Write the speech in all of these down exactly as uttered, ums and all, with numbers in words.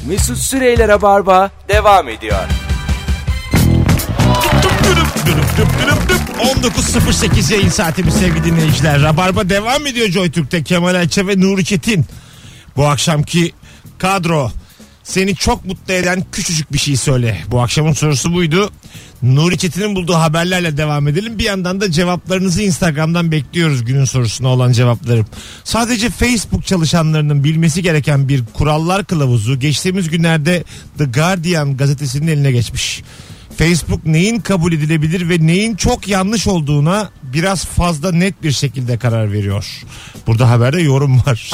Mesut Süreyler'e barba devam ediyor. on dokuz sıfır sekiz yayın saatimiz sevgili dinleyiciler. Rabarba devam ediyor JoyTürk'te. Kemal Ayça ve Nuri Çetin. Bu akşamki kadro. Seni çok mutlu eden küçücük bir şey söyle. Bu akşamın sorusu buydu. Nuri Çetin'in bulduğu haberlerle devam edelim. Bir yandan da cevaplarınızı Instagram'dan bekliyoruz, günün sorusuna olan cevaplarım. Sadece Facebook çalışanlarının bilmesi gereken bir kurallar kılavuzu geçtiğimiz günlerde The Guardian gazetesinin eline geçmiş. Facebook neyin kabul edilebilir ve neyin çok yanlış olduğuna biraz fazla net bir şekilde karar veriyor. Burada haberde yorum var.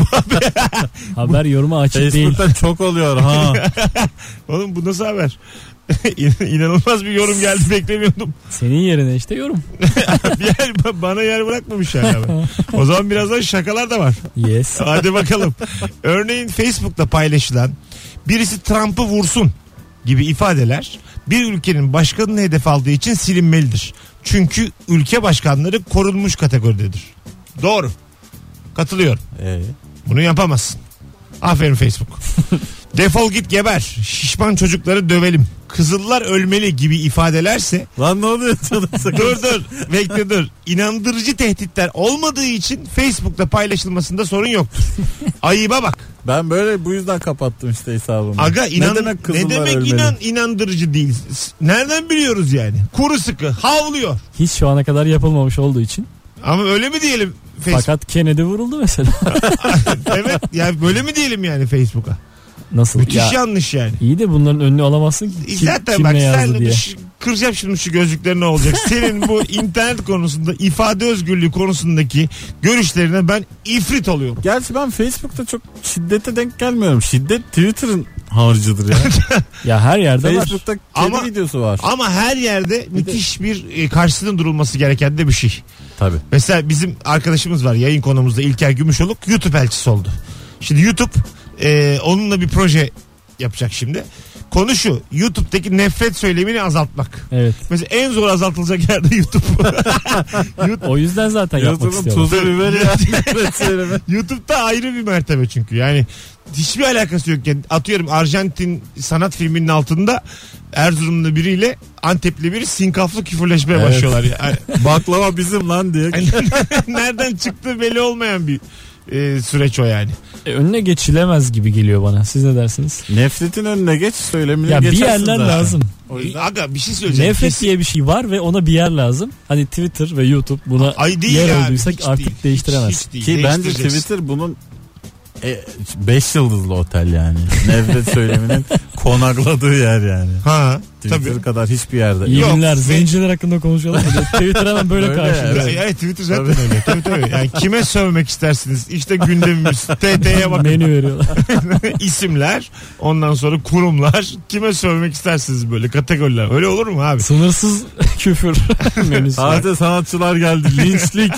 Haber yorumu açık değil. Facebook'ta çok oluyor ha. Oğlum bu nasıl haber? İnanılmaz bir yorum geldi, beklemiyordum. Senin yerine işte yorum. Bir yer, bana yer bırakmamış yani. O zaman birazdan şakalar da var. Yes. Hadi bakalım. Örneğin Facebook'ta paylaşılan birisi Trump'ı vursun gibi ifadeler bir ülkenin başkanını hedef aldığı için silinmelidir. Çünkü ülke başkanları korunmuş kategoridedir. Doğru. Katılıyorum. Ee? Bunu yapamazsın. Aferin Facebook. Defol git geber. Şişman çocukları dövelim. Kızıllar ölmeli gibi ifadelerse. Lan ne oluyor canım? dur dur bekle dur. İnandırıcı tehditler olmadığı için Facebook'ta paylaşılmasında sorun yoktur. Ayıba bak. Ben böyle bu yüzden kapattım işte hesabımı. Aga inan, ne demek, ne demek inan, inandırıcı değil. Nereden biliyoruz yani? Kuru sıkı havlıyor. Hiç şu ana kadar yapılmamış olduğu için. Ama öyle mi diyelim Facebook? Fakat Kennedy vuruldu mesela. Evet yani böyle mi diyelim yani Facebook'a? Nasıl? Müthiş ya, yanlış yani. İyi de bunların önünü alamazsın ki. Kim, Zaten kim bak ne yazdı sen diye. Şu, kıracağım şimdi şu gözlüklerin ne olacak. Senin bu internet konusunda, ifade özgürlüğü konusundaki görüşlerine ben ifrit oluyorum. Gerçi ben Facebook'ta çok şiddete denk gelmiyorum. Şiddet Twitter'ın harcıdır ya. Ya her yerde Facebook'ta var. kedi Ama, videosu var. Ama her yerde müthiş bir e, karşısının durulması gereken de bir şey. Tabii. Mesela bizim arkadaşımız var, yayın konumuzda İlker Gümüşoluk, YouTube elçisi oldu. Şimdi YouTube e, onunla bir proje yapacak şimdi. Konu şu: YouTube'daki nefret söylemini azaltmak. Evet. Mesela en zor azaltılacak yerde YouTube. YouTube O yüzden zaten yapmak YouTube'un istiyorum. tuzu biberi ya. YouTube'da ayrı bir mertebe çünkü. Yani hiçbir alakası yok. Yani atıyorum Arjantin sanat filminin altında Erzurumlu biriyle Antepli biri sinkaflı küfürleşmeye Evet. başlıyorlar. Yani, Baklava bizim lan diye. nereden çıktığı belli olmayan bir e, süreç o yani. E, önüne geçilemez gibi geliyor bana. Siz ne dersiniz? Nefretin önüne geç, söylemine Ya bir geçersin yerler zaten. lazım. O yüzden Aga bir şey söyleyeceğim. Nefret Kesin- diye bir şey var ve ona bir yer lazım. Hani Twitter ve YouTube buna Ay değil yer abi, olduysak hiç artık değil. değiştiremez. Hiç değil. ki bence Değiştireceksin. Twitter bunun beş yıldıızlı otel yani. Nefret söyleminin konakladığı yer yani. Ha Twitter tabii. kadar hiçbir yerde. İyi Yok, günler. ve- Zenciler hakkında konuşalım. Twitter hemen böyle Öyle karşılıyor. Ya, Evet. ya, Twitter zaten Tabii. öyle. Tabii, tabii. Yani kime sövmek istersiniz? İşte gündemimiz. T T'ye bakın. Menü veriyorlar. İsimler, ondan sonra kurumlar. Kime sövmek istersiniz böyle kategoriler. Öyle olur mu abi? Sınırsız küfür menüsü. Sahte sanatçılar geldi. Linçlik.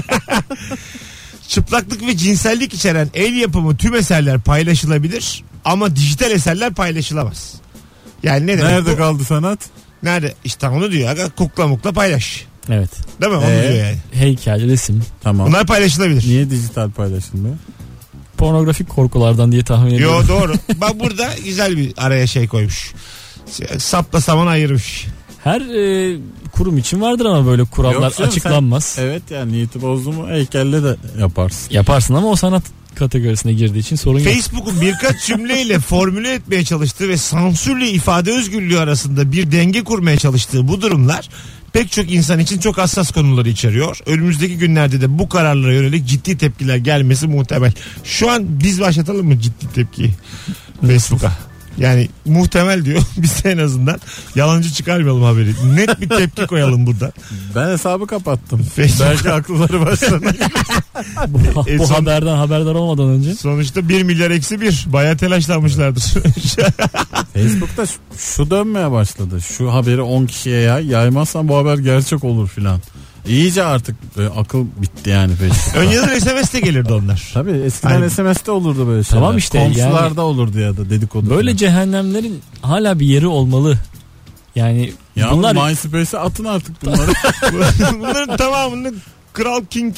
Çıplaklık ve cinsellik içeren el yapımı tüm eserler paylaşılabilir ama dijital eserler paylaşılamaz. Yani ne demek Nerede bu? kaldı sanat? Nerede? İşte onu diyor. Aga, kukla mukla paylaş. Evet. Değil mi? Onu Ee? diyor yani. Heykel, resim. Tamam. Bunlar paylaşılabilir. Niye dijital paylaşılmıyor? Pornografik korkulardan diye tahmin ediyorum. Yo doğru. Bak burada güzel bir araya şey koymuş. Sapla saman ayırmış. Her e, kurum için vardır ama böyle kurallar Yok canım, açıklanmaz. sen- evet yani niyeti bozdu mu heykelle de yaparsın. Yaparsın ama o sanat kategorisine girdiği için sorun yok. Facebook'un birkaç cümleyle formüle etmeye çalıştığı ve sansürle ifade özgürlüğü arasında bir denge kurmaya çalıştığı bu durumlar pek çok insan için çok hassas konuları içeriyor. Önümüzdeki günlerde de bu kararlara yönelik ciddi tepkiler gelmesi muhtemel. Şu an biz başlatalım mı ciddi tepkiyi Facebook'a? Yani muhtemel diyor. Biz de en azından yalancı çıkarmayalım haberi. Net bir tepki koyalım burada. Ben hesabı kapattım. Facebook- Belki akılları başlarına. bu En bu son- haberden haberdar olmadan önce. Sonuçta bir milyar eksi bir. Bayağı telaşlanmışlardır. Facebook'ta şu, şu dönmeye başladı. Şu haberi on kişiye yay. Yaymazsan bu haber gerçek olur filan. İyice artık e, akıl bitti yani Facebook'ta. Önceden S M S'te gelirdi onlar. Tabii eskiden Aynen. S M S'te olurdu böyle şeyler. Tamam işte, Komşularda yani- olurdu ya da dedikodu. Böyle filan. cehennemlerin hala bir yeri olmalı. Yani Ya bunlar MySpace'e atın artık bunları. Bunların tamamını Kral King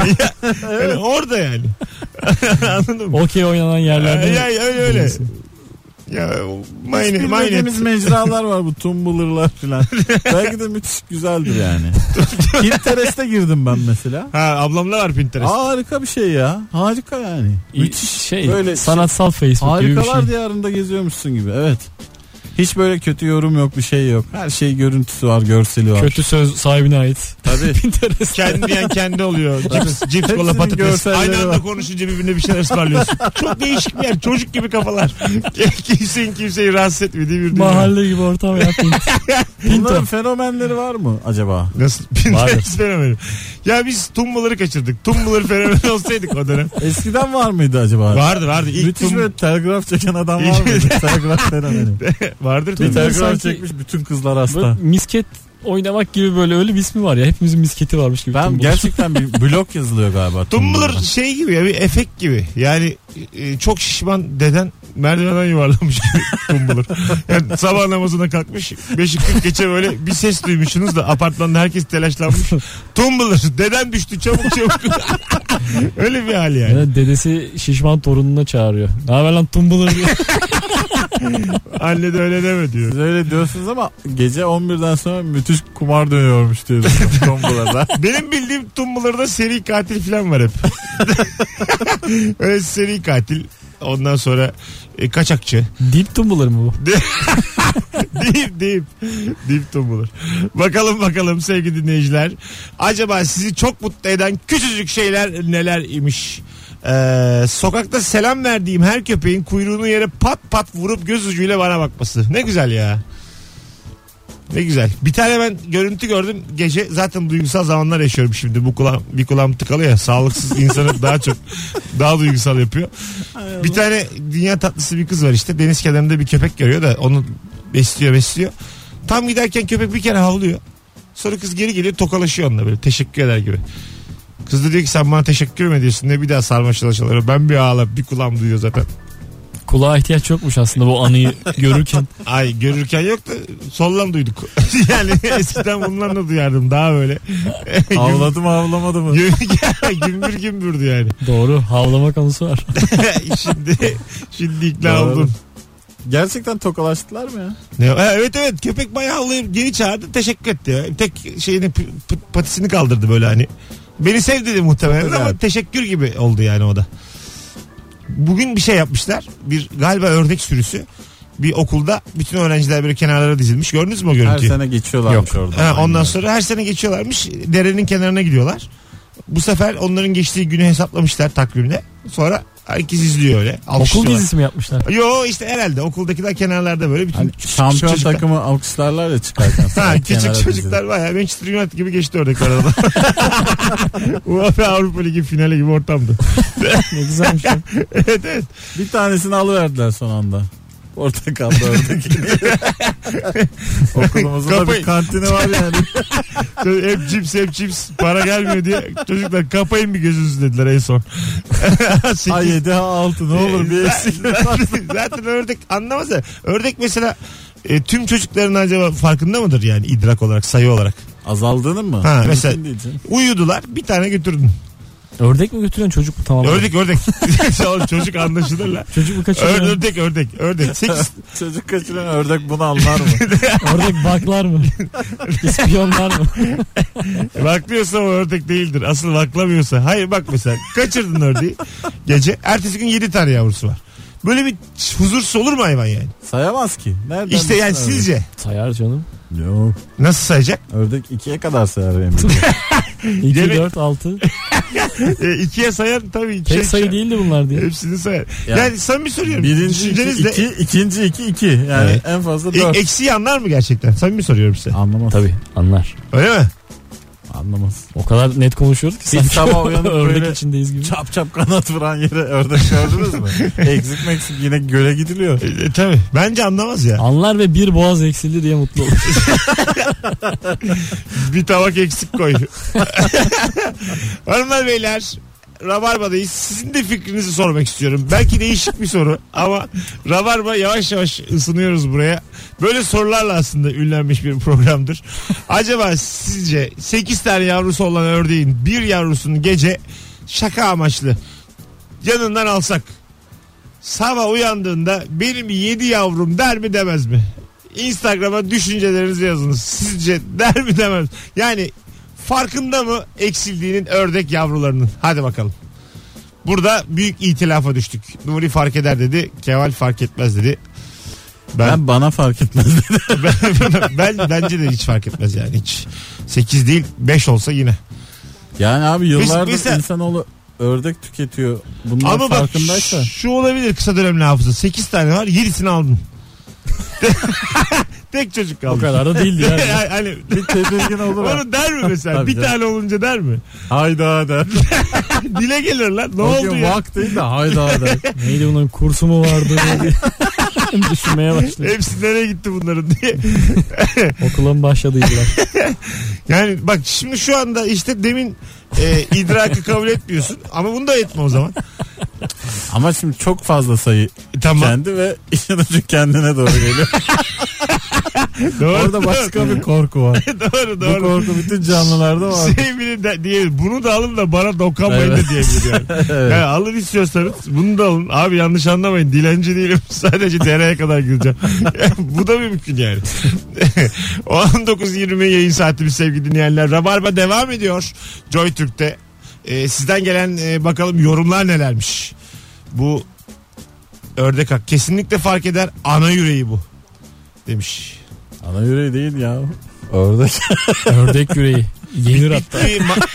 yani orada yani. Anladın mı? okey oynanan yerlerde. Ya, ya, öyle öyle. Ya Hiç mayne, bilmediğimiz maynet. mecralar var bu Tumblr'lar falan. Belki de müthiş güzeldir yani. Pinterest'e girdim ben mesela. Ha, ablamda var Pinterest. Aa, harika bir şey ya. Harika yani. Müthiş şey böyle sanatsal Facebook gibi bir harikalar şey. diyarında geziyormuşsun gibi. Evet. Hiç böyle kötü yorum yok, bir şey yok. Her şey görüntüsü var, görseli var. Kötü söz sahibine ait. Tabii. Pinterest. Kendi diyen kendi oluyor. Cips, cips kola Hepsinin patates. görselleri Aynı anda var. konuşunca birbirine bir şeyler ısmarlıyorsun. Çok değişik bir yer. Çocuk gibi kafalar. Kimsenin kimseyi rahatsız etmediği bir dünya. Mahalle gibi ortam ya. Bunların fenomenleri var mı acaba? Nasıl? Pinterest fenomeni. Ya biz Tumblr'ı kaçırdık. Tumblr fenomeni olsaydık o dönem. Eskiden var mıydı acaba? Vardı vardı. İlk Müthiş tum... böyle telgraf çeken adam var mıydı? Telgraf fenomeni. Vardır Bir tabii. telgraf sanki- çekmiş, bütün kızlar hasta. Böyle misket oynamak gibi böyle öyle bir ismi var ya. Hepimizin misketi varmış gibi. Ben Tumblr. gerçekten bir blok yazılıyor galiba. Tumblr şey gibi ya, bir efekt gibi. Yani e, çok şişman deden merdivenden yuvarlamış gibi Tumblr. Yani sabah namazına kalkmış. beşi kırk geçe böyle bir ses duymuşsunuz da apartmanda herkes telaşlanmış. Tumblr deden düştü çabuk çabuk. Öyle bir hal yani. Yani dedesi şişman torununa çağırıyor. Ne haber lan Tumblr diye. Anne de öyle deme diyor. Siz öyle diyorsunuz ama gece on birden sonra müthiş kumar dönüyormuş diyor Tumblr'da. Benim bildiğim Tumblr'da seri katil falan var hep. Öyle seri katil. Ondan sonra e, kaçakçı. Deep Tumblr mı bu? Deyip deyip deyip Tumblr. Bakalım bakalım sevgili dinleyiciler. Acaba sizi çok mutlu eden küçücük şeyler neler imiş? Ee, sokakta selam verdiğim her köpeğin kuyruğunu yere pat pat vurup göz ucuyla bana bakması. Ne güzel ya. Ne güzel. Bir tane ben görüntü gördüm gece. Zaten duygusal zamanlar yaşıyorum şimdi. Bu kulağım, bir kulağım tıkalı ya. Sağlıksız insanı daha çok daha duygusal yapıyor. Bir tane dünya tatlısı bir kız var işte. Deniz kenarında bir köpek görüyor da onu besliyor besliyor. Tam giderken köpek bir kere havlıyor. Sonra kız geri geliyor tokalaşıyor onunla böyle. Teşekkür eder gibi. Kız da diyor ki sen bana teşekkür mü ediyorsun? Ne bir daha sarma çalışaları. Ben bir ağla bir kulağım duyuyor zaten. Kulağa ihtiyaç yokmuş aslında bu anıyı görürken. Ay görürken yok da sollan duyduk. Yani eskiden bundan da duyardım daha böyle. Avladı mı avlamadı mı? gümbür gümbürdü yani. Doğru, havlama konusu var. şimdi şimdi ikna Doğru. oldum. Gerçekten tokalaştılar mı ya? Ne? Ha, evet evet köpek bayağı havlayıp geri çağırdı teşekkür etti. Ya. Tek şeyini p- p- patisini kaldırdı böyle hani. Beni sev dedi muhtemelen ama teşekkür gibi oldu yani o da. Bugün bir şey yapmışlar. Bir galiba ördek sürüsü. Bir okulda bütün öğrenciler böyle kenarlara dizilmiş. Gördünüz mü o Her görüntüyü? sene geçiyorlarmış orada. Ha, ondan Aynen. sonra her sene geçiyorlarmış. Derenin kenarına gidiyorlar. Bu sefer onların geçtiği günü hesaplamışlar takvimde. Sonra herkes izliyor öyle. Okul Alkışlıyorlar. dizisi mi yapmışlar? Yo işte herhalde okuldakiler kenarlarda böyle bütün Hani küçük şampiyon çocuklar. takımı alkışlarlar ya çıkarken. Ha, Sonra küçük kenara çocuklar dizilip. bayağı Manchester United gibi geçti ördek arada. UEFA Avrupa Ligi finali gibi ortamdı. Ne güzelmiş. ya. Evet evet. Bir tanesini alıverdiler son anda. Portakallı ördek. Okulumuzun da Kapayın. bir kantini var yani. Hep cips hep cips para gelmiyor diye çocuklar kapayın bir gözünüzü dediler en son. Sekiz- Ha yedi ha altı ne olur bir eksik. zaten, zaten ördek anlamaz ya. Ördek mesela e, tüm çocukların acaba farkında mıdır yani idrak olarak sayı olarak? Azaldığının mı? Ha, Mümkün mesela- değil canım. Uyudular bir tane götürdün. Ördek mi götürüyorsun çocuk mu tamam? Ördek ördek. Oğlum çocuk anlaşılır la. Çocuk mu Ör- kaçırıyor? ördek ördek ördek. Sekiz. Çocuk kaçıran ördek bunu anlar mı? Ördek baklar mı? İspiyonlar mı? Baklıyorsa o ördek değildir. Asıl baklamıyorsa. Hayır bak mesela kaçırdın ördeği gece. Ertesi gün yedi tane yavrusu var. Böyle bir huzursuz olur mu hayvan yani? Sayamaz ki. Nereden İşte yani bilsin ördek? sizce Sayar canım. Yok. nasıl sayacak? Ördek ikiye kadar sayar benim. iki, Gene- dört, altı. E, ikiye sayan tabii. Tek şey- sayı değildi bunlar diye. Hepsini sayar. Ya. Yani samimi soruyorum. Birinci iki, Düşüncenizle iki, ikinci iki, iki. Yani Evet. en fazla e, dört. eksiği anlar mı gerçekten? Samimi soruyorum size. Anlamaz. Tabii anlar. Öyle mi? Anlamaz. O kadar net konuşuyoruz ki Biz sanki sabah uyanıp ördek böyle içindeyiz gibi. Çap çap kanat vuran yere ördek gördünüz mü? Eksik meksik yine göle gidiliyor. E, e, tabii. Bence anlamaz ya. Anlar ve bir boğaz eksildi diye mutlu olur. Bir tabak eksik koy. Hanımlar beyler Rabarba'dayız. Sizin de fikrinizi sormak istiyorum. Belki değişik bir soru ama Rabarba yavaş yavaş ısınıyoruz buraya. Böyle sorularla aslında ünlenmiş bir programdır. Acaba sizce sekiz tane yavrusu olan ördeğin bir yavrusunu gece şaka amaçlı yanından alsak sabah uyandığında benim yedi yavrum der mi demez mi? Instagram'a düşüncelerinizi yazınız. Sizce der mi demez mi? Yani farkında mı eksildiğinin ördek yavrularının? Hadi bakalım. Burada büyük itilafa düştük. Nuri fark eder dedi. Kemal fark etmez dedi. Ben, ben bana fark etmez dedi. ben, ben bence de hiç fark etmez yani hiç. sekiz değil beş olsa yine. Yani abi yıllardır Mesela, insanoğlu ördek tüketiyor. Bunlar ama farkındaysa. Bak şu olabilir kısa dönemli hafıza. sekiz tane var, yedisini aldın. Tek çocuk kaldı. O kadar da değildi yani. yani hani, bir tedirgin olur. Onu der mi mesela? Bir canım. tane olunca der mi? Hayda der. Dile gelir lan. Ne o oldu ya? Vak değil de hayda der. Neydi bunun kursu mu vardı diye düşünmeye başladı. Hepsi nereye gitti bunların diye. Okula mı başladıydılar? Yani bak şimdi şu anda işte demin e, idraki kabul etmiyorsun ama bunu da etme o zaman. Ama şimdi çok fazla sayı Tamam. kendi ve işin ucu kendine doğru geliyor. Doğru, Orada başka doğru. bir korku var. doğru Bu doğru. korku bütün canlılarda var. Sevgili de, diye bunu da alın da bana dokunmayın Evet. da diyebilir yani. Evet. Yani alın istiyorsanız bunu da alın. Abi yanlış anlamayın. Dilenci değilim. Sadece dereye kadar gideceğim. Bu da mümkün yani. on dokuz yirmi yayın saatimiz sevgili dinleyenler. Rabarba devam ediyor. Joy Türk'te. Ee, sizden gelen e, bakalım yorumlar nelermiş. Bu ördek hak. Kesinlikle fark eder. Ana yüreği bu. Demiş. Ana yüreği değil ya. Ördek. Ördek yüreği. Yenir hatta. Bir, ma-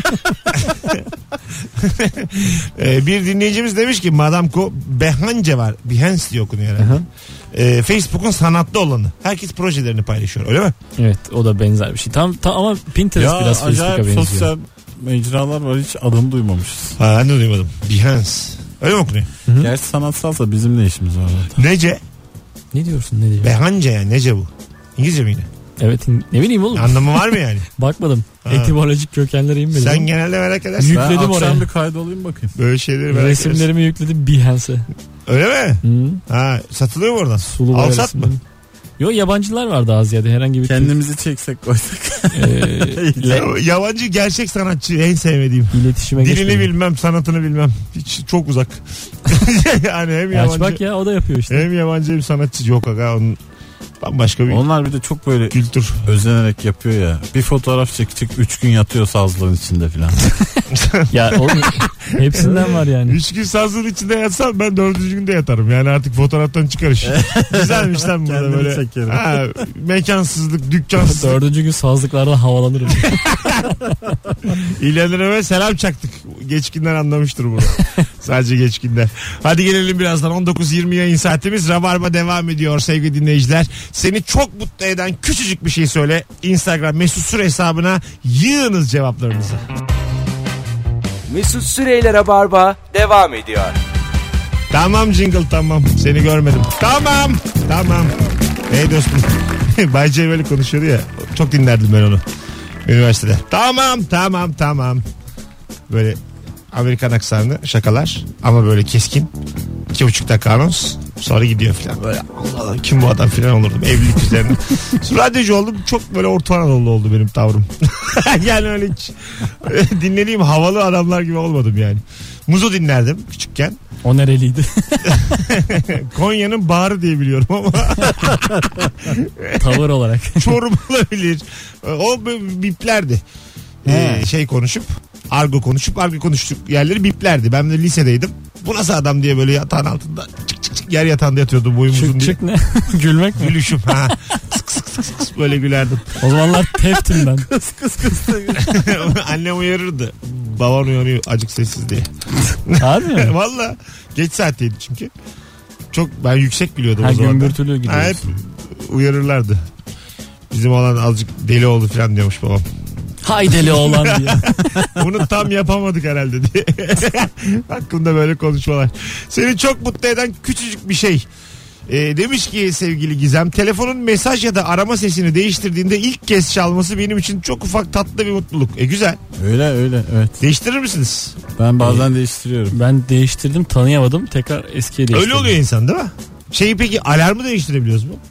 Ee, bir dinleyicimiz demiş ki Madame Co Behance var. Behance diye okunuyor herhalde. Ee, Facebook'un sanatlı olanı. Herkes projelerini paylaşıyor öyle mi? Evet, o da benzer bir şey. Tam, tam ama Pinterest Ya biraz Facebook'a acayip benziyor. sosyal mecralar var, hiç adını duymamışız. Ha, ben de duymadım. Behance. Öyle mi okunuyor? Hı. Gerçi sanatsalsa bizim ne işimiz var orada? Nece? Ne diyorsun, ne diyor? Behance yani nece bu? İngilizce mi yine? Evet, ne bileyim oğlum. Anlamı var mı yani? Bakmadım. Ha. Etimolojik kökenlere inmedim. Sen ama genelde merak edersin. Yük- Ben Yükledim akşam oraya. bir kaydolayım bakayım. Böyle şeyleri merak edersin. Resimlerimi yükledim Behance'e. Öyle mi? Hı. Ha, satılıyor mu oradan? Sulu Al boya sat mı? resimlerim. Yo, yabancılar var daha ziyade, herhangi bir Kendimizi çeksek koysak. Türk, e, Ya- Yabancı gerçek sanatçı en sevmediğim. iletişime Dilini geçmedim. bilmem, sanatını bilmem. Hiç çok uzak. yani hem Aç yabancı bak ya, o da yapıyor işte. hem yabancı hem sanatçı yok aga onun bambaşka bir Onlar bir de çok böyle kültür. özenerek yapıyor ya. Bir fotoğraf çekecek üç gün yatıyor sazlığın içinde filan. Ya oğlum, hepsinden var yani. Üç gün sazlığın içinde yatsam ben dördüncü günde yatarım. Yani artık fotoğraftan çıkar iş. Güzelmiş lan burada Kendimi böyle. çekerim. Ha, mekansızlık, dükkansızlık. Dördüncü gün sazlıklardan havalanırım. İlhan'a selam çaktık. Geçkinler anlamıştır bunu. Sadece geçkinler. Hadi gelelim birazdan. on dokuz yirmi yayın saatimiz. Rabarba devam ediyor sevgili dinleyiciler. Seni çok mutlu eden küçücük bir şey söyle. Instagram Mesut Süre hesabına yığınız cevaplarınızı. Mesut Süreyler'e barba devam ediyor. Tamam jingle tamam. Seni görmedim. Tamam. Tamam. Hey dostum. Bay J böyle konuşuyordu ya. Çok dinlerdim ben onu. Üniversitede. Tamam tamam tamam. Böyle Amerikan aksanlı şakalar ama böyle keskin. İki buçuk dakika anons. Sonra gidiyor falan. Böyle Allah Allah kim bu adam falan olurdum. Evlilik üzerine. Sonra radyocu oldum. Çok böyle Orta Anadolu oldu benim tavrım. Yani öyle hiç dinlediğim havalı adamlar gibi olmadım yani. Muzo dinlerdim küçükken. O nereliydi? Konya'nın bağrı diye biliyorum ama Tavır olarak. Çorum olabilir. O böyle biplerdi. Ee, şey konuşup argo konuşup argo konuştuk yerleri biplerdi. Ben de lisedeydim. Bu nasıl adam diye böyle yatağın altında çık çık çık yer yatağında yatıyordum boyum uzun Çık diye. çık ne? Gülmek mi? Gülüşüm ha. Sık sık sık sık sık böyle gülerdim. O zamanlar teftim ben. Kıs kıs kıs. Annem uyarırdı. Baban uyanıyor acık sessiz diye. Harbi mi? Valla geç saatteydi çünkü. Çok ben yüksek biliyordum Ha, o zaman. gümbürtülü Ha, gidiyoruz. hep uyarırlardı. Bizim olan azıcık deli oldu falan diyormuş babam. Hay deli oğlan diye. Bunu tam yapamadık herhalde diye. Hakkında böyle konuşmalar. Seni çok mutlu eden küçücük bir şey. Ee, demiş ki sevgili Gizem, telefonun mesaj ya da arama sesini değiştirdiğinde ilk kez çalması benim için çok ufak tatlı bir mutluluk. E güzel. Öyle öyle evet. Değiştirir misiniz? Ben bazen değiştiriyorum. Ben değiştirdim, tanıyamadım. Tekrar eskiye değiştirdim. Öyle oluyor insan değil mi? Şeyi peki alarmı değiştirebiliyoruz mu?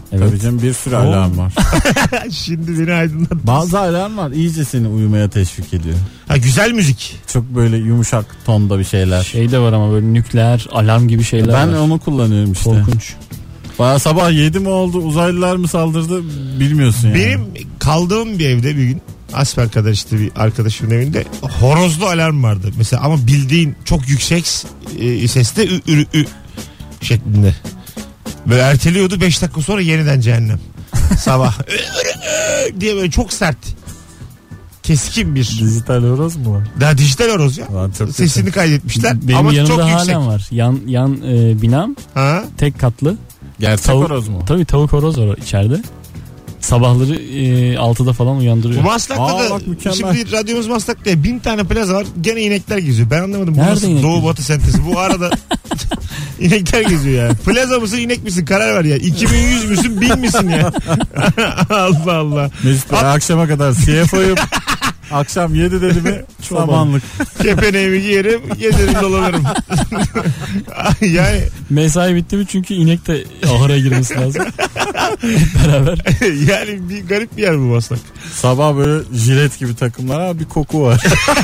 Evet. Tabii canım bir sürü alarm var. Şimdi beni aydınlattın. Bazı alarm var iyice seni uyumaya teşvik ediyor. Ha, güzel müzik. Çok böyle yumuşak tonda bir şeyler. Şey de var ama böyle nükleer alarm gibi şeyler Ben var. onu kullanıyorum işte. Korkunç. Bana sabah yedi mi oldu uzaylılar mı saldırdı bilmiyorsun yani. Benim kaldığım bir evde bir gün asper kadar işte bir arkadaşımın evinde horozlu alarm vardı. Mesela ama bildiğin çok yüksek e, sesle ü, ü, ü şeklinde. Böyle erteliyordu, beş dakika sonra yeniden cehennem. Sabah diye böyle çok sert. Keskin bir. Dijital horoz mu var? Daha dijital horoz ya. Lan çok Sesini kötü. kaydetmişler. Benim ama yanımda çok halen yüksek. var. Yan yan e, binam Ha? tek katlı. Gerçek Tavuk- horoz mu? Tabii tavuk horoz var içeride. Sabahları e, altıda falan Bu uyandırıyor. Maslak'ta Aa, da bak mükemmel. şimdi radyomuz Maslak'ta ya, bin tane plaza var. Gene inekler geziyor. Ben anlamadım. Bu Nerede nasıl inek doğu geziyor? batı sentezi. Bu arada inekler geziyor yani. Plaza mısın inek misin karar ver ya. iki bin yüz müsün bin misin ya. Allah Allah. Mesut Bey, akşama kadar C F O'yum. Akşam yedi dedi mi samanlık. Kepeneğimi giyerim, gezerim dolanırım. Yani Mesai bitti mi çünkü inek de ahıra girmesi lazım. Hep beraber. yani bir garip bir yer bu Maslak. Sabah böyle jilet gibi takımlar ama bir koku var.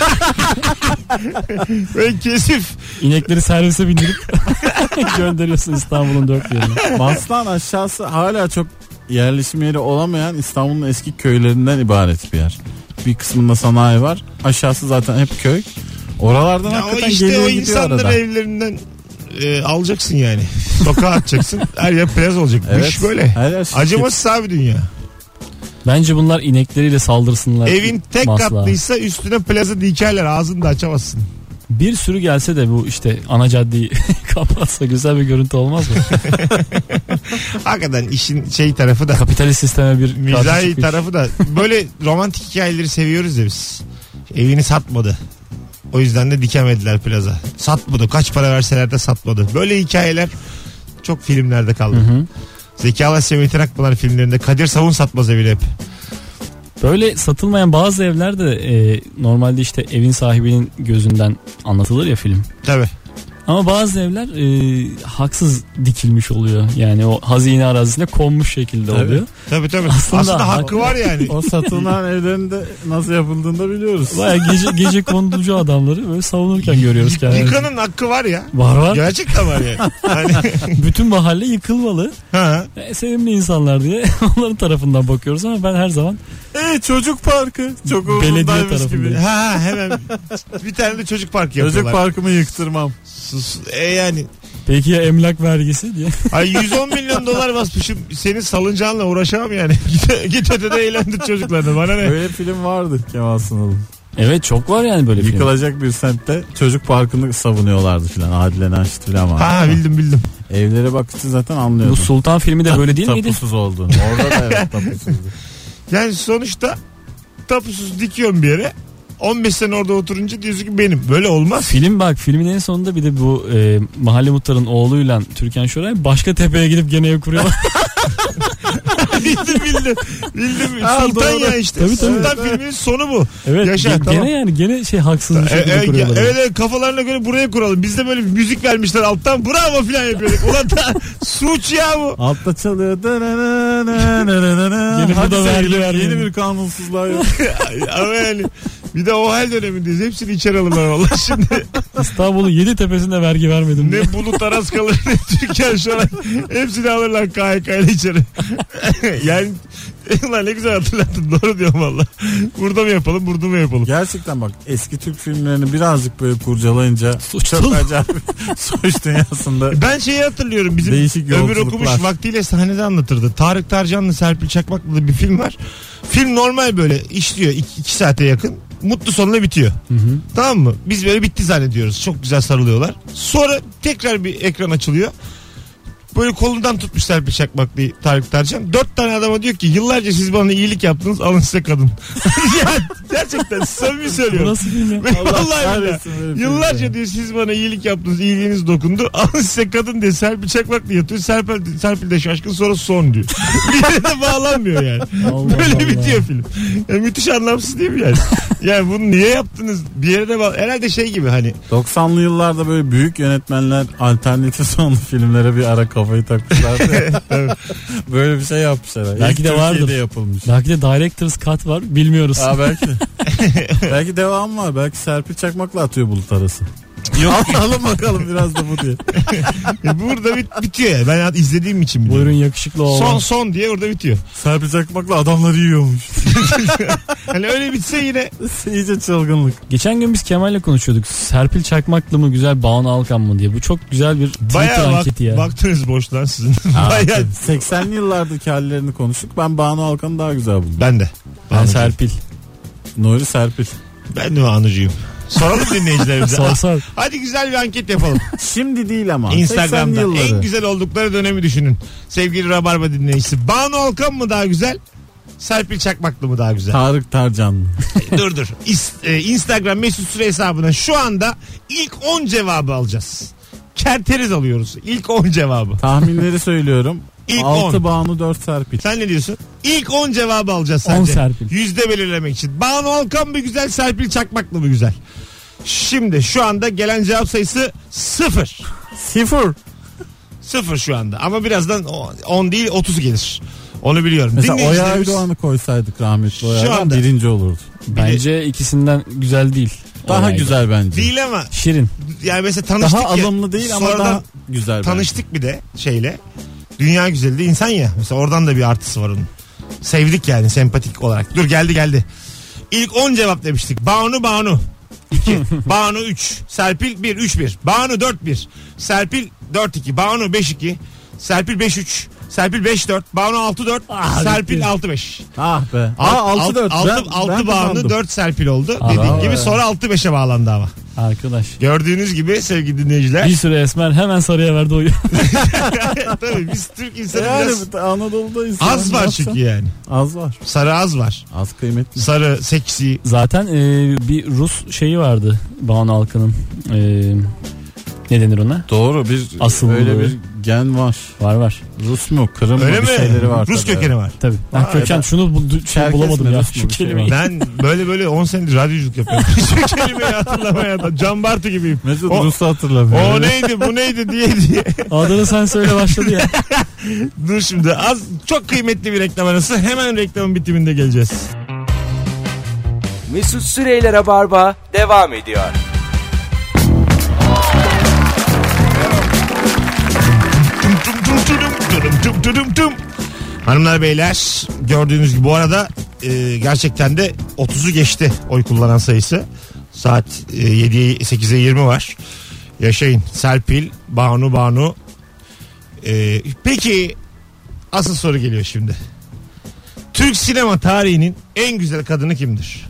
Böyle kesif. İnekleri servise bindirip gönderiyorsun İstanbul'un dört yerine. Maslan aşağısı hala çok yerleşim yeri olamayan İstanbul'un eski köylerinden ibaret bir yer. Bir kısmında sanayi var. Aşağısı zaten hep köy. Oralardan Ya o hakikaten işte geliyor o gidiyor insanların arada. evlerinden e, alacaksın yani. Sokağa atacaksın. Her yer plaza olacak. Bu Evet. iş böyle. Her yer şirket. Acımasız abi dünya. Bence bunlar inekleriyle saldırsınlar. Evin tek Maslağa. katlıysa üstüne plaza dikerler. Ağzını da açamazsın. Bir sürü gelse de bu işte ana caddeyi kapatsa güzel bir görüntü olmaz mı? Hakikaten işin şey tarafı da, Kapitalist sisteme bir mizahi karşı çıkış. tarafı da, böyle romantik hikayeleri seviyoruz ya biz. Evini satmadı. O yüzden de dikemediler plaza. Satmadı. Kaç para verseler de satmadı. Böyle hikayeler çok filmlerde kaldı. Hı hı. Zeki Alasya, Metin Akpınar filmlerinde Kadir Savun satmaz evini hep. Böyle satılmayan bazı evler de e, normalde işte evin sahibinin gözünden anlatılır ya film. Tabii. Ama bazı evler e, haksız dikilmiş oluyor. Yani o hazine arazisine konmuş şekilde Tabii. oluyor. Tabii tabii. Aslında Aslında, hak- hakkı var yani. O satılan evlerin de nasıl yapıldığını da biliyoruz. Baya gece gece konducu adamları böyle savunurken görüyoruz kendimizi. Yıkanın hakkı var ya. Var var. Gerçekten var yani. Hani, Bütün mahalle yıkılmalı. ha. E, sevimli insanlar diye onların tarafından bakıyoruz ama ben her zaman E çocuk parkı çok Belediye umurundaymış tarafındayım. gibi. Ha hemen bir tane de çocuk parkı yapıyorlar. Çocuk parkımı yıktırmam. Sus. E yani. peki ya emlak vergisi diye. Ay yüz on milyon dolar basmışım. Senin salıncağınla uğraşamam yani. Git, git ötede eğlendir çocuklarını. Bana ne? Böyle film vardı Kemal Sunal'ın. Evet çok var yani böyle film. Yıkılacak bir semtte çocuk parkını savunuyorlardı filan. Adile Naşit filan var. Ha bildim bildim. Evlere bakınca zaten Bu anlıyordum. Sultan filmi de böyle değil miydi? Tapusuz olduğunu. Orada da evet tapusuzdu. Yani sonuçta tapusuz dikiyorum bir yere. on beş sene orada oturunca diyorsun ki benim. Böyle olmaz. Film bak filmin en sonunda bir de bu e, mahalle muhtarın oğluyla Türkan Şoray başka tepeye gidip gene ev kuruyorlar. bildim bildim. Bildim. Ha, Sultan doğru. ya işte. Tabii, tabii. Sultan filminin sonu bu. Evet Yaşa, ge- tamam. gene yani gene şey haksız bir E, şekilde e, kuruyorlar. evet, evet kafalarına göre buraya kuralım. Bizde böyle bir müzik vermişler alttan bravo filan yapıyorduk. Ulan da suç ya bu. Altta çalıyor. Yeni Hadi burada vergi sevgilim, vermeyelim. yeni bir kanunsuzluğa yok. Ama yani bir de o hal dönemindeyiz. Hepsini içeri alırlar valla şimdi. İstanbul'un yedi tepesinde vergi vermedim diye. Ne Bulut Aras kalır ne Türkan Şoray. Hepsini alırlar K H K ile içeri. Yani ulan ne güzel hatırlattın. Doğru diyorum valla. Burada mı yapalım burada mı yapalım? Gerçekten bak eski Türk filmlerini birazcık böyle kurcalayınca Suç çok dolu. acayip suç dünyasında Ben şeyi hatırlıyorum. Bizim Değişik ömür yolculuklar. okumuş vaktiyle sahnede anlatırdı. Tarık Tarcan'la Serpil Çakmak'la da bir film var. Film normal böyle işliyor. iki, iki saate yakın. Mutlu sonla bitiyor. Hı hı. Tamam mı? Biz böyle bitti zannediyoruz. Çok güzel sarılıyorlar. Sonra tekrar bir ekran açılıyor. Böyle kolundan tutmuş Serpil Çakmaklı Tarık Tarcan. Dört tane adama diyor ki yıllarca siz bana iyilik yaptınız alın size kadın. Ya, gerçekten samimi Bu söylüyorum. nasıl film ya? Vallahi billahi. kahretsin böyle Yıllarca filmleri. diyor siz bana iyilik yaptınız, iyiliğiniz dokundu. Alın size kadın diye Serpil Çakmaklı yatıyor. Serpil, Serpil de şaşkın sonra son diyor. Bir yere de bağlanmıyor yani. Allah Böyle Allah. bitiyor film. Yani müthiş anlamsız değil mi yani? Yani bunu niye yaptınız? Bir yere de bağ... Herhalde şey gibi hani. doksanlı yıllarda böyle büyük yönetmenler alternatif sonlu filmlere bir ara kavuştu. kafayı takmışlar. Böyle bir şey yapmışlar. Belki İlk de vardır. Türkiye'de yapılmış. Belki de Director's Cut var, bilmiyoruz. Aa, belki. Belki devam var. Belki Serpil Çakmak'la atıyor bulut arası. Yok. Alın bakalım biraz da bu diye. Burada bit- bitiyor ya. Ben izlediğim için biliyorum. Buyurun yakışıklı olan. Son son diye orada bitiyor. Serpil Çakmak'la adamları yiyormuş. Hani öyle bitse yine. İyice çılgınlık. Geçen gün biz Kemal'le konuşuyorduk. Serpil Çakmaklı mı güzel, Banu Alkan mı diye. Bu çok güzel bir Twitter Bayağı bak, anketi ya. baktınız boştan sizin. Bayağı. seksenli yıllardaki hallerini konuştuk. Ben Banu Alkan'ı daha güzel buldum. Ben de. Ben Serpil. Nuri Serpil. Ben de Banu'cuyum. Soralım dinleyicilerimize. Sor sor. Hadi güzel bir anket yapalım. Şimdi değil ama. Instagram'da seksenli yılları. en güzel oldukları dönemi düşünün. Sevgili Rabarba dinleyicisi. Banu Alkan mı daha güzel? Serpil Çakmaklı mı daha güzel? Tarık Tarcanlı. dur dur. İs- e, Instagram Mesut Süre hesabına şu anda ilk on cevabı alacağız. Kerteriz alıyoruz. İlk on cevabı. Tahminleri söylüyorum. İlk altı on. Banu dört Serpil. Sen ne diyorsun? İlk on cevabı alacağız on sence. Serpil. Yüzde belirlemek için. Banu Alkan mı güzel, Serpil Çakmaklı mı güzel? Şimdi şu anda gelen cevap sayısı sıfır. Sıfır. Sıfır şu anda. Ama birazdan on değil otuz gelir. Onu biliyorum. Mesela Oya Dinleyicilerimiz- Aydoğan'ı koysaydık rahmetli Şu Oya'dan anda- birinci olurdu. Bence ikisinden güzel değil. Daha Olaydı. güzel bence. Değil ama Şirin. yani mesela tanıştık Daha ya, alımlı değil ama sonradan daha güzel bence. tanıştık bir de şeyle. Dünya güzeli de insan ya. Mesela oradan da bir artısı var onun. Sevdik yani sempatik olarak. Dur geldi geldi. İlk on cevap demiştik. Banu Banu. iki. Banu üç. Serpil bir. üç bir. Banu dört bir. Serpil dört iki. Banu beş iki. Serpil beş üç. Serpil beş dört. Banu altı dört. Ah, Serpil bitti. altı beş. Ah be. Aa altı dört. altı Banu dört Serpil oldu. Aa, Dediğin bravo. gibi sonra altı beşe bağlandı ama. Arkadaş. Gördüğünüz gibi sevgili dinleyiciler. Bir sürü esmer hemen sarıya verdi oyu. Tabii biz Türk insanı Yani biraz Anadolu'dayız. az Yani var ne çünkü yapacağım? yani. Az var. Sarı az var. Az kıymetli. Sarı, seksi. Zaten e, bir Rus şeyi vardı Banu Alkan'ın. E, ne denir ona? Doğru bir Asıl öyle bu. bir gen var. Var var. Rus mu Kırım mı Öyle bir mi? şeyleri var. Rus tabii. kökeni var. Tabii. Ben Aa, köken evet. şunu bul- şey Çerkez bulamadım mi, ya. Rus mu Şu bir şey kelimeyi. Ben böyle böyle on senedir radyoculuk yapıyorum. Şu kelimeyi hatırlamaya da Can Bartu gibiyim. Mesut O- Rus'u hatırlamıyor. O neydi bu neydi diye diye. Adını sen söyle başladı ya. Dur şimdi az çok kıymetli bir reklam arası. Hemen reklamın bitiminde geleceğiz. Mesut Süreyler'e barba devam ediyor. Tum tum tum tum tum tum tum tum tum. Hanımlar beyler gördüğünüz gibi bu arada e, gerçekten de otuzu geçti oy kullanan sayısı. Saat e, yediye sekize yirmi var. Yaşayın. Serpil, Banu Banu. E, peki asıl soru geliyor şimdi. Türk sinema tarihinin en güzel kadını kimdir?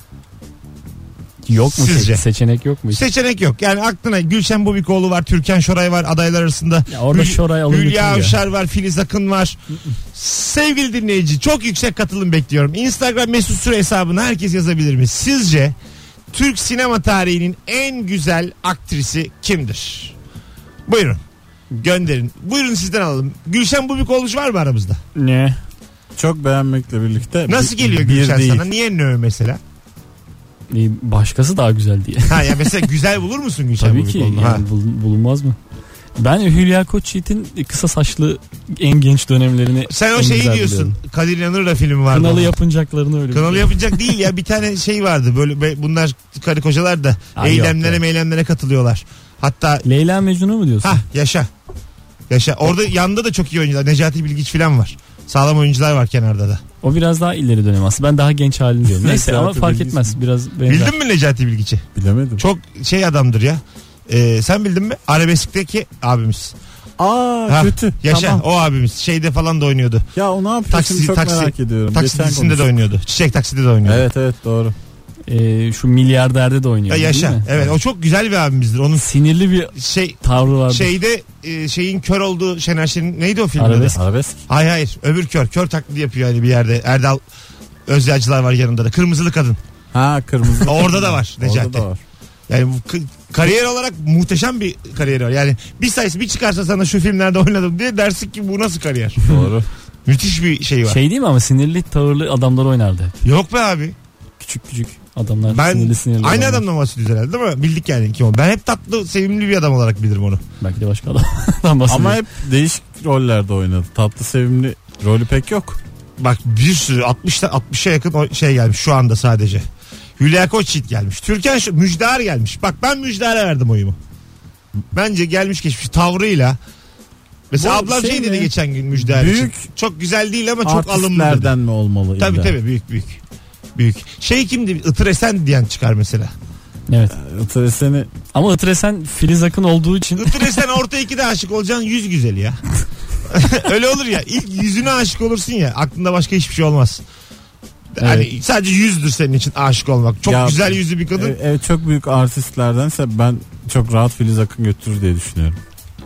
Yok mu? Sizce? Se- seçenek yok mu? hiç? Seçenek yok. Yani aklına Gülşen Bubikoğlu var, Türkan Şoray var adaylar arasında. Ya orada Şoray alın Hülya götürüyor. Avşar var, Filiz Akın var. Sevgili dinleyici çok yüksek katılım bekliyorum. Instagram Mesut Süre hesabına herkes yazabilir mi? Sizce Türk sinema tarihinin en güzel aktrisi kimdir? Buyurun. Gönderin. Buyurun sizden alalım. Gülşen Bubikoğlu var mı aramızda? Ne? Çok beğenmekle birlikte. Nasıl bir- geliyor bir Gülşen değil. sana? Niye nö mesela? E, Başkası daha güzel diye. Ha ya mesela güzel bulur musun Gülşen Tabii ki Bubikoğlu'nu? Ha. yani bul- bulunmaz mı? Ben Hülya Koçyiğit'in kısa saçlı en genç dönemlerini Sen o en şeyi güzel diyorsun. biliyorum. Kadir İnanır'la filmi vardı. Kınalı onun. yapıncaklarını öyle. Kanalı biliyorum. yapacak değil ya bir tane şey vardı böyle be- bunlar karı kocalar da Ay eylemlere yok ya. meylemlere katılıyorlar. Hatta Leyla Mecnun'u mu diyorsun? ha yaşa. Yaşa. Orada yanında da çok iyi oyuncular. Necati Bilgiç falan var. Sağlam oyuncular var kenarda da. O biraz daha ileri dönem aslında. Ben daha genç halini diyorum. Neyse Necati ama fark Bilgiç etmez. Biraz benzer. Bildin mi Necati Bilgiç'i? Bilemedim. Çok şey adamdır ya. Ee, sen bildin mi? Arabesk'teki abimiz. Aa Ha, kötü. Yaşa Tamam. o abimiz. Şeyde falan da oynuyordu. Ya o ne yapıyor? Taksi- Şimdi çok taksi- merak ediyorum. Taksidisinde Geçen de konuştuk. oynuyordu. Çiçek Taksi'de de oynuyordu. Evet evet doğru. Ee, şu milyarderde de oynuyor. Ya yaşa. değil mi? Evet o çok güzel bir abimizdir. Onun Sinirli bir şey tavrı vardı. şeyde e, şeyin kör olduğu Şener Şen'in neydi o filmde? Arabesk. Arabesk. Hayır hayır öbür kör. Kör taklidi yapıyor yani bir yerde. Erdal Özyacılar var yanında da. Kırmızılı kadın. Ha kırmızı. Orada da var Necati. Orada da var. Yani bu k- kariyer olarak muhteşem bir kariyeri var. Yani bir sayısı bir çıkarsa sana şu filmlerde oynadım diye dersin ki bu nasıl kariyer? Doğru. Müthiş bir şey var. Şey değil mi ama sinirli tavırlı adamlar oynardı. Yok be abi. Küçük küçük. Adamlar Ben sinirli sinirli. aynı adamlar. adamdan bahsediyoruz herhalde değil mi? Bildik yani kim o. Ben hep tatlı, sevimli bir adam olarak bilirim onu. Belki de başka adamdan bahsediyor. Ama hep değişik rollerde oynadı. Tatlı sevimli rolü pek yok. Bak bir sürü altmışta altmışa yakın o şey gelmiş şu anda sadece. Hülya Koçyiğit gelmiş. Türkan Ş- Müjdar gelmiş. Bak ben Müjdar'a verdim oyumu. Bence gelmiş geçmiş tavrıyla. Mesela Bu ablam şey şey dedi mi? geçen gün Müjdar Büyük için. Çok güzel değil ama çok alımlı dedi. Artistlerden mi olmalı? Tabii illa? tabii büyük büyük. Büyük. Şey kimdi? Itır Esen diyen çıkar mesela. Evet. Itır seni Ama Itır Esen Filiz Akın olduğu için Itır Esen orta ikide aşık olacaksın yüz güzeli ya. Öyle olur ya. İlk yüzüne aşık olursun ya. Aklında başka hiçbir şey olmaz. Yani Evet. sadece yüzdür senin için aşık olmak. Çok Ya, güzel yüzlü bir kadın. Evet, evet, çok büyük artistlerdense ben çok rahat Filiz Akın götürür diye düşünüyorum.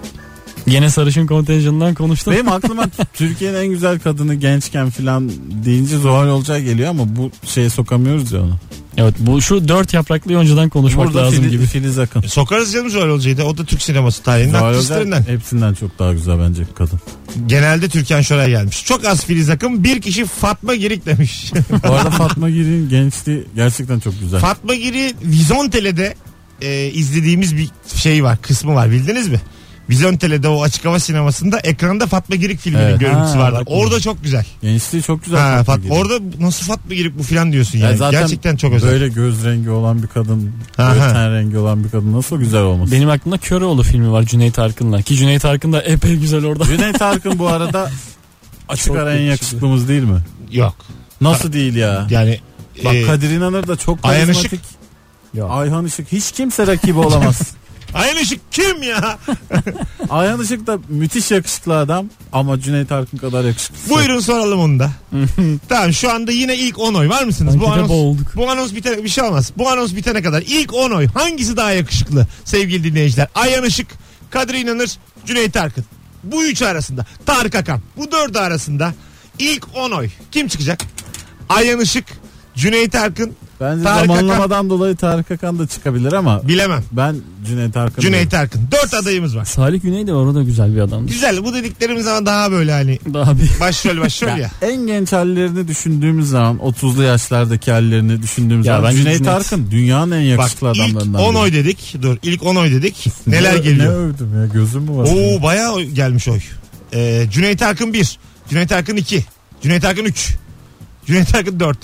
yine sarışın kontenjanından konuştum. Benim aklıma Türkiye'nin en güzel kadını gençken filan deyince Zuhal Olcay geliyor ama bu şeye sokamıyoruz ya onu. Evet, bu şu dört yapraklı yoncadan konuşmak Burada lazım Filiz, gibi. Filiz Akın. Sokarız canım Zuhal Olcay'ı da. O da Türk sineması tarihinin Zuhal Olcay aktrislerinden. hepsinden çok daha güzel bence kadın. Genelde Türkan Şoray gelmiş. Çok az Filiz Akın, bir kişi Fatma Girik demiş. Bu arada Fatma Giri'nin gençliği gerçekten çok güzel. Fatma Giri Vizontele'de e, izlediğimiz bir şey var, kısmı var, bildiniz mi? Vizontele'de o açık hava sinemasında ekranda Fatma Girik filminin Evet. görüntüsü Ha, vardı. bak Orada çok güzel. Gençliği çok güzel. Ha, Fatma Fat, Giri. orada nasıl Fatma Girik bu filan diyorsun Ya yani. zaten Gerçekten çok özel. Böyle göz rengi olan bir kadın, Aha. böyle ten rengi olan bir kadın nasıl güzel olmasın? Benim aklımda Köroğlu filmi var Cüneyt Arkın'la. Ki Cüneyt Arkın da epey güzel orada. Cüneyt Arkın bu arada açık Çok ara en yakışıklı. yakışıklımız değil mi? Yok. Nasıl değil ya? Yani Bak e, Kadir İnanır da çok Ayhan karizmatik. Yok. Ayhan Işık hiç kimse rakibi olamaz. Ayhan Işık kim ya? Ayhan Işık da müthiş yakışıklı adam ama Cüneyt Arkın kadar yakışıklı. Buyurun soralım onu da. Tamam şu anda yine ilk on oy var mısınız? Sanki Bu de anons, boğulduk. bu anons bitene bir şey olmaz. Bu anons bitene kadar ilk on oy hangisi daha yakışıklı sevgili dinleyiciler? Ayhan Işık, Kadir İnanır, Cüneyt Arkın. Bu üç arasında. Tarık Akan. Bu dördü arasında ilk on oy. Kim çıkacak? Ayhan Işık, Cüneyt Arkın. Bence Tarık zamanlamadan dolayı Tarık Akan da çıkabilir ama Bilemem. ben Cüneyt Arkın Cüneyt diyorum. Arkın. Dört adayımız var. Salih Güney de var, o da güzel bir adamdı. Güzel. Bu dediklerimiz ama daha böyle hani Daha bir başrol başrol ya. En genç hallerini düşündüğümüz zaman otuzlu yaşlardaki hallerini düşündüğümüz Ya zaman bence Cüneyt Cüneyt- Arkın dünyanın en Bak yakışıklı ilk adamlarından on biri. oy dedik. Dur ilk on oy dedik. Neler Ne- geliyor? Ne övdüm ya, gözüm mü var? Oo bayağı oy- gelmiş oy. Ee, Cüneyt Arkın bir. Cüneyt Arkın iki. Cüneyt Arkın üç. Cüneyt Arkın dört.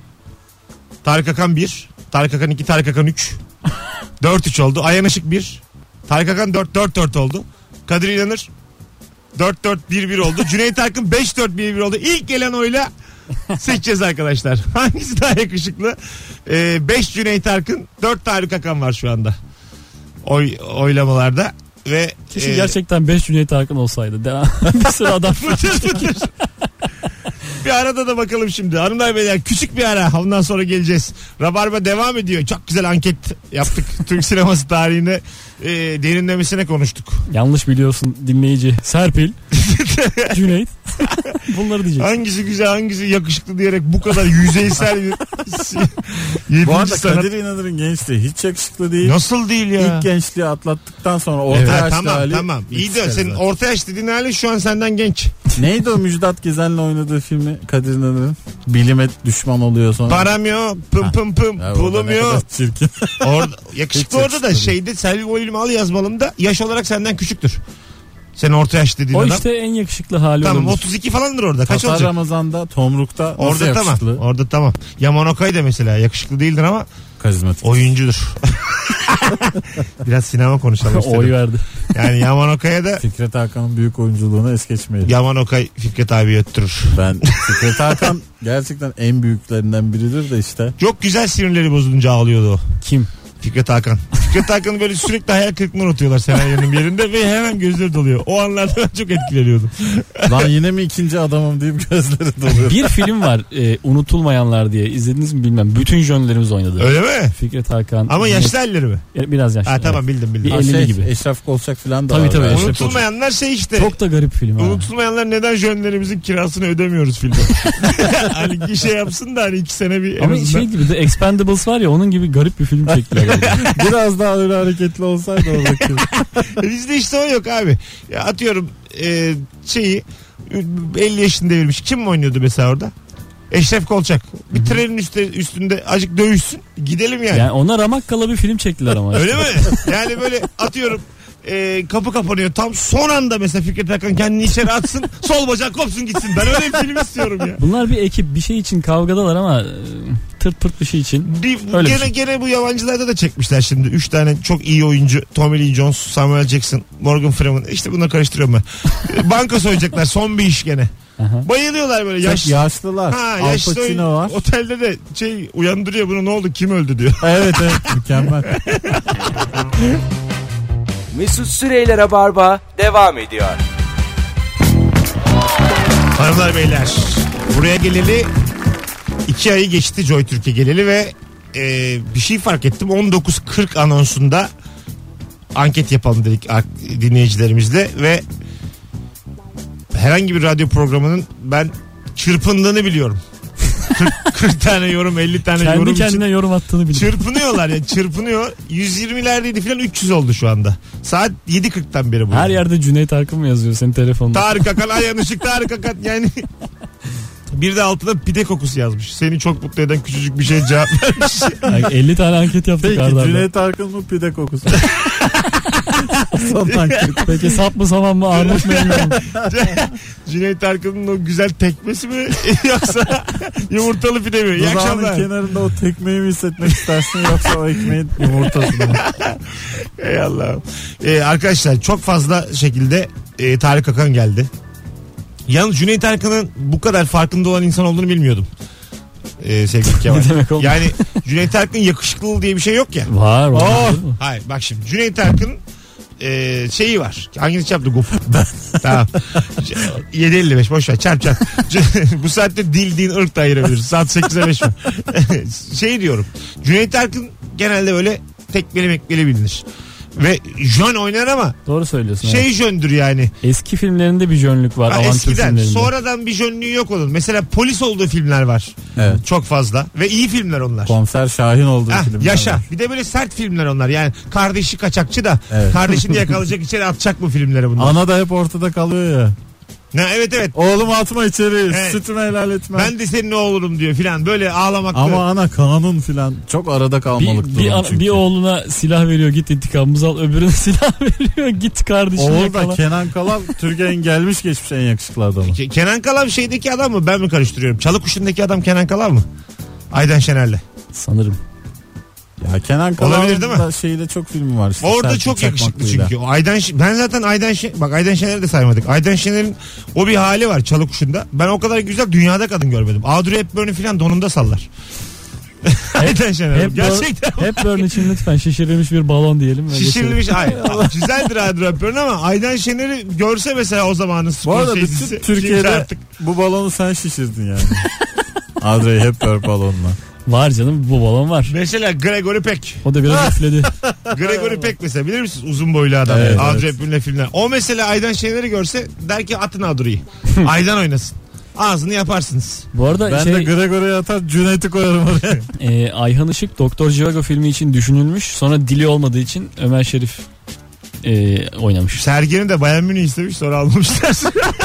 Tarık Akan bir. Tarık Akan iki. Tarık Akan üç. dört üç oldu. Ayhan Işık bir. Tarık Akan dört dört dört oldu. Kadir İnanır dört dört bir bir oldu. Cüneyt Arkın beş dört bir bir oldu. İlk gelen oyla seçeceğiz arkadaşlar. Hangisi daha yakışıklı? Ee, beş Cüneyt Arkın, dört Tarık Akan var şu anda. Oy oylamalarda ve kişi e, gerçekten beş Cüneyt Arkın olsaydı. Devam. Bir sürü adam. fıtır fıtır. Bir arada da bakalım şimdi. Hanımlar beyler küçük bir ara. Ondan sonra geleceğiz. Rabarba devam ediyor. Çok güzel anket yaptık. Türk sineması tarihine e, derinlemesine konuştuk. Yanlış biliyorsun dinleyici. Serpil. Cüneyt. Bunları diyeceksin. Hangisi güzel hangisi yakışıklı diyerek bu kadar yüzeysel bir yedinci Bu arada sanat. Kadir İnanır'ın gençliği hiç yakışıklı değil. Nasıl değil ya? İlk gençliği atlattıktan sonra orta Evet, yaşlı tamam hali. tamam. İyi de müthiş senin zaten. orta yaş dediğin hali şu an senden genç. Neydi o Müjdat Gezen'le oynadığı filmi Kadir İnanır'ın? Bilime düşman oluyor sonra. Param yok, pım pım pım, Ya orada pulum ne yok. kadar çirkin. Orada, yakışıklı Hiç orada da yakışıklı şeyde Selvi Volüm al yazmalımda yaş olarak senden küçüktür. Sen orta yaş dediğin O adam. işte en yakışıklı hali Tamam olabilir. otuz iki falandır orada. Kaç Tatar olacak? Ramazan'da Tomruk'ta nasıl Orada yakışıklı? tamam. Orada tamam. Yaman Okay da mesela yakışıklı değildir ama Karizmatik. oyuncudur. Biraz sinema konuşalım Oy istedim. verdi. Yani Yaman Okay'a da Fikret Hakan'ın büyük oyunculuğunu es geçmeyelim. Yaman Okay Fikret abi öttürür. Ben Fikret Hakan gerçekten en büyüklerinden biridir de işte. Çok güzel sinirleri bozulunca ağlıyordu o. Kim? Fikret Hakan. Fikret Hakan'ı böyle sürekli hayal kırıklığına unutuyorlar senaryo'nun bir yerinde ve hemen gözleri doluyor. O anlarda ben çok etkileniyordum. Lan yine mi ikinci adamım deyip gözleri doluyor. Bir film var e, Unutulmayanlar diye. İzlediniz mi bilmem. Bütün jönlerimiz oynadı. Öyle mi? Fikret Hakan. Ama yaşlı halleri mi? Evet, biraz yaşlı. Ha tamam evet. bildim bildim. Bir Ha, elli şey, gibi. Eşref Kolçak falan da Tabii, var. tabii, galiba. Eşref- Unutulmayanlar şey işte. Çok da garip film ha. Unutulmayanlar neden jönlerimizin kirasını ödemiyoruz filmde. Hani gişe yapsın da hani iki sene bir en Ama azından. şey gibi de Expendables var ya, onun gibi garip bir film çektiler. galiba. Biraz daha öyle hareketli olsaydı oradaki. Bizde işte o yok abi. Ya atıyorum e, şeyi elli yaşını devirmiş. Kim mi oynuyordu mesela orada? Eşref Kolçak. Bir trenin üstte, üstünde azıcık dövüşsün. Gidelim yani. Yani ona Ramakkala bir film çektiler ama. Öyle mi? Yani böyle atıyorum e, kapı kapanıyor. Tam son anda mesela Fikret Hakan kendini içeri atsın. Sol bacak kopsun gitsin. Ben öyle bir film istiyorum ya. Bunlar bir ekip bir şey için kavgadalar ama e, tırt pırt bir şey için. Bir, Öyle gene, bir şey. gene bu yabancılarda da çekmişler şimdi. Üç tane çok iyi oyuncu. Tommy Lee Jones, Samuel Jackson, Morgan Freeman. İşte bunları karıştırıyorum ben. Banka soyacaklar. Son bir iş gene. Aha. Bayılıyorlar böyle. Çok Yaş, yaşlılar. ha, Al yaşlı oyun- Pacino var. Otelde de şey uyandırıyor bunu, ne oldu kim öldü diyor. Evet evet mükemmel. Mesut Süreyler'e barba devam ediyor. Hanımlar beyler, buraya geleli iki ayı geçti, Joy Türkiye geleli ve e, bir şey fark ettim. on dokuz kırk anonsunda anket yapalım dedik dinleyicilerimizle ve herhangi bir radyo programının ben çırpındığını biliyorum. kırk, kırk tane yorum, elli tane Kendi yorum kendine için yorum attığını biliyorum. çırpınıyorlar ya, çırpınıyor. yüz yirmilerdeydi filan, üç yüz oldu şu anda. Saat yedi kırktan beri bu. Her yerde Cüneyt Arkın mı yazıyor senin telefonunda? Tarık Akan, Ayhan Işık, Tarık Akan yani. Bir de altına pide kokusu yazmış. Seni çok mutlu eden küçücük bir şey cevap vermiş. Yani elli tane anket yaptık Peki arda arda. Cüneyt Arkın mı pide kokusu? Son anket. Peki sap mı saman mı armut mu bilmiyorum. Cüneyt Arkın'ın o güzel tekmesi mi yoksa yumurtalı pide mi? İyi Dudağının akşamlar. kenarında o tekmeyi mi hissetmek istersin yoksa o ekmeğin yumurtasını mı? Ey Allah'ım. Ee, arkadaşlar çok fazla şekilde e, Tarık Akan geldi. Yalnız Cüneyt Arkın'ın bu kadar farkında olan insan olduğunu bilmiyordum. Ee, sevgili Kemal. Ne demek oğlum? Yani Cüneyt Arkın yakışıklılığı diye bir şey yok ya. Var var. Oh! Değil mi? Hayır bak şimdi Cüneyt Arkın e, şeyi var. Hangisi yaptı Guf? Tamam. yedi elli beş boş ver, çarp çarp. Bu saatte dil din ırk da ayırabiliriz. Saat sekize beş mi? Şey diyorum. Cüneyt Arkın genelde öyle tekmeli mekmeli bilinir. Ve jön oynar ama Doğru söylüyorsun. şey evet. jöndür yani. Eski filmlerinde bir jönlük var. Ha, Avantür eskiden filmlerinde. sonradan bir jönlüğü yok onun. Mesela polis olduğu filmler var. Evet. Çok fazla. Ve iyi filmler onlar. Komiser Şahin olduğu Hah, filmler yaşa. var. Bir de böyle sert filmler onlar. Yani kardeşi kaçakçı da Evet. kardeşini yakalayacak, içeri atacak bu filmleri bunlar. Ana da hep ortada kalıyor ya. Ne, evet evet. Oğlum atma içeri. Evet. Sütümü helal etmem. Ben de senin oğlum diyor filan. Böyle ağlamaklı. Ama ana kanun filan çok arada kalmalık bir, durum bir, an- çünkü. bir oğluna silah veriyor, git intikamımızı al, öbürüne silah veriyor, git kardeşini Oğul da yakala. Kenan Kalav Türkiye'nin gelmiş geçmiş en yakışıklı adamı. Ke- Kenan Kalav şeydeki adam mı? Ben mi karıştırıyorum? Çalıkuşu'ndaki adam Kenan Kalav mı? Aydan Şener'le. Sanırım. Ya Kenan Olabilir değil mi? Kalav'ın da şeyde çok filmi var. Işte, Orada Selçuk çok yakışıklı Çakmaklı'yla. çünkü. O Aydan Ş- ben zaten Aydan Şen- bak Aydan Şener'i de saymadık. Aydan Şener'in o bir hali var Çalıkuşu'nda. Ben o kadar güzel dünyada kadın görmedim. Audrey Hepburn'u filan donunda sallar. Aydan Şener. Hep, Gerçekten. hep Burn için lütfen şişirilmiş bir balon diyelim. ve Şişirilmiş. Hayır. Güzeldir Audrey Hepburn ama Aydan Şener'i görse mesela o zamanın Bu arada Scorsese'si, bütün kimse Türkiye'de artık. bu balonu sen şişirdin yani. Audrey Hepburn balonla. geçelim. Var canım, bu balon var. Mesela Gregory Peck. O da biraz üfledi. Gregory Peck mesela, bilir misiniz? Uzun boylu adam. Evet, Audrey evet. Hepburn'le filmler. O mesela Aydan Şener'i görse der ki atın Audrey'i. Aydan oynasın. Ağzını yaparsınız. Bu arada Ben şey de Gregory'e atar Cüneyt'i koyarım oraya. e, Ayhan Işık Doktor Jivago filmi için düşünülmüş. Sonra dili olmadığı için Ömer Şerif e, oynamış. Sergen'i de Bayern Münih istemiş, sonra almamışlar.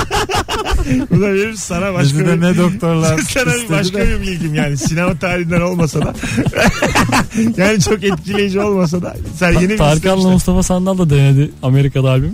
Bu da benim sana başka Bizi de bir... ne doktorlar Sana bir istedi başka de. bir bilgim yani. Sinema tarihinden olmasa da. Yani çok etkileyici olmasa da. Sergen'i mi Tarkan'la istemişler? Mustafa Sandal da denedi Amerika'da albüm.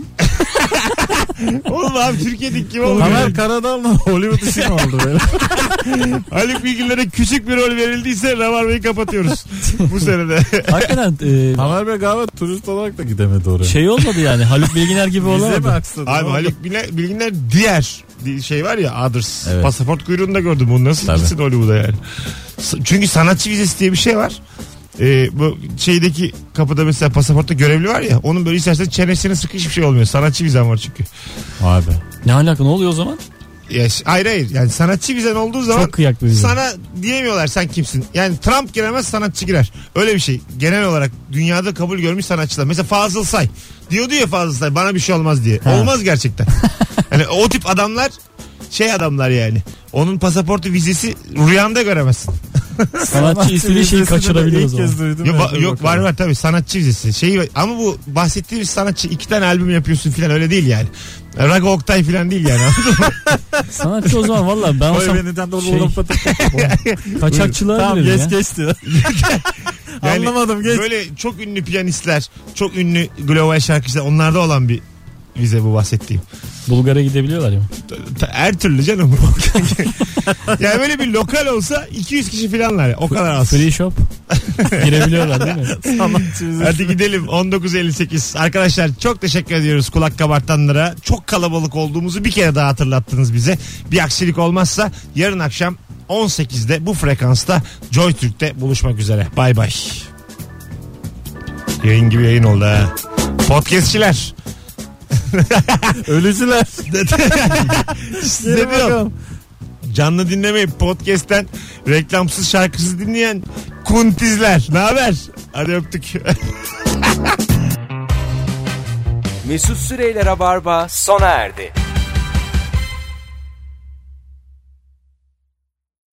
Oğlum abi Türkiye'deki kim oldu? Tamer Karadağ'la Hollywood işi mi oldu böyle? Haluk Bilginer'e küçük bir rol verildiyse Rabarba'yı kapatıyoruz. Bu senede. Hakikaten e, Tamer Bey galiba turist olarak da gidemedi oraya. şey olmadı yani, Haluk Bilginer gibi Vize mi olamadı. aksadı? Abi Ne oldu? Haluk Bilginer, Bilginer diğer şey var ya, Others. Evet. Pasaport kuyruğunda gördüm. Bunu nasıl Tabii. gitsin Hollywood'a yani. S- Çünkü sanatçı vizesi diye bir şey var. Ee, bu şeydeki kapıda mesela pasaportta görevli var ya, onun böyle istersen çenesine sıkı hiçbir şey olmuyor. Sanatçı vizen var çünkü. Vay be. Ne alaka, ne oluyor o zaman? Ya, hayır hayır yani sanatçı vizen olduğu zaman Çok kıyak bir vize. sana diyemiyorlar sen kimsin. Yani Trump giremez, sanatçı girer. Öyle bir şey. Genel olarak dünyada kabul görmüş sanatçılar. Mesela Fazıl Say. Diyordu ya Fazıl Say, bana bir şey olmaz diye. Ha. Olmaz gerçekten. Yani o tip adamlar şey adamlar yani. Onun pasaportu vizesi rüyanda göremezsin. Sanatçı istediği şeyi kaçırabiliyor o İlk zaman. kez duydum. Yok, ben. va- yok var var tabii sanatçı vizesi. Şeyi, ama bu bahsettiğimiz sanatçı iki tane albüm yapıyorsun falan öyle değil yani. Raga Oktay falan değil yani. Sanatçı o zaman valla ben Oy olsam beniden de şey, şey. kaçakçılığa Tamam girerim geç ya. geçti. Yani Anlamadım geç. böyle çok ünlü piyanistler, çok ünlü global şarkıcılar, onlarda olan bir vize bu bahsettiğim. Bulgar'a gidebiliyorlar ya. Her türlü canım. Yani böyle bir lokal olsa iki yüz kişi falanlar. O kadar az. Free shop girebiliyorlar değil mi? Sanatçı Hadi gidelim. on dokuz elli sekiz. Arkadaşlar çok teşekkür ediyoruz kulak kabartanlara. Çok kalabalık olduğumuzu bir kere daha hatırlattınız bize. Bir aksilik olmazsa yarın akşam on sekizde bu frekansta Joy Türk'te buluşmak üzere. Bay bay. Yayın gibi yayın oldu ha. Podcastçiler. ölücüler. Size Gelin diyorum. bakalım. Canlı dinlemeyip podcast'ten reklamsız şarkısız dinleyen kuntizler. Ne haber? Hadi öptük. Mesut Süreyle Rabarba sona erdi.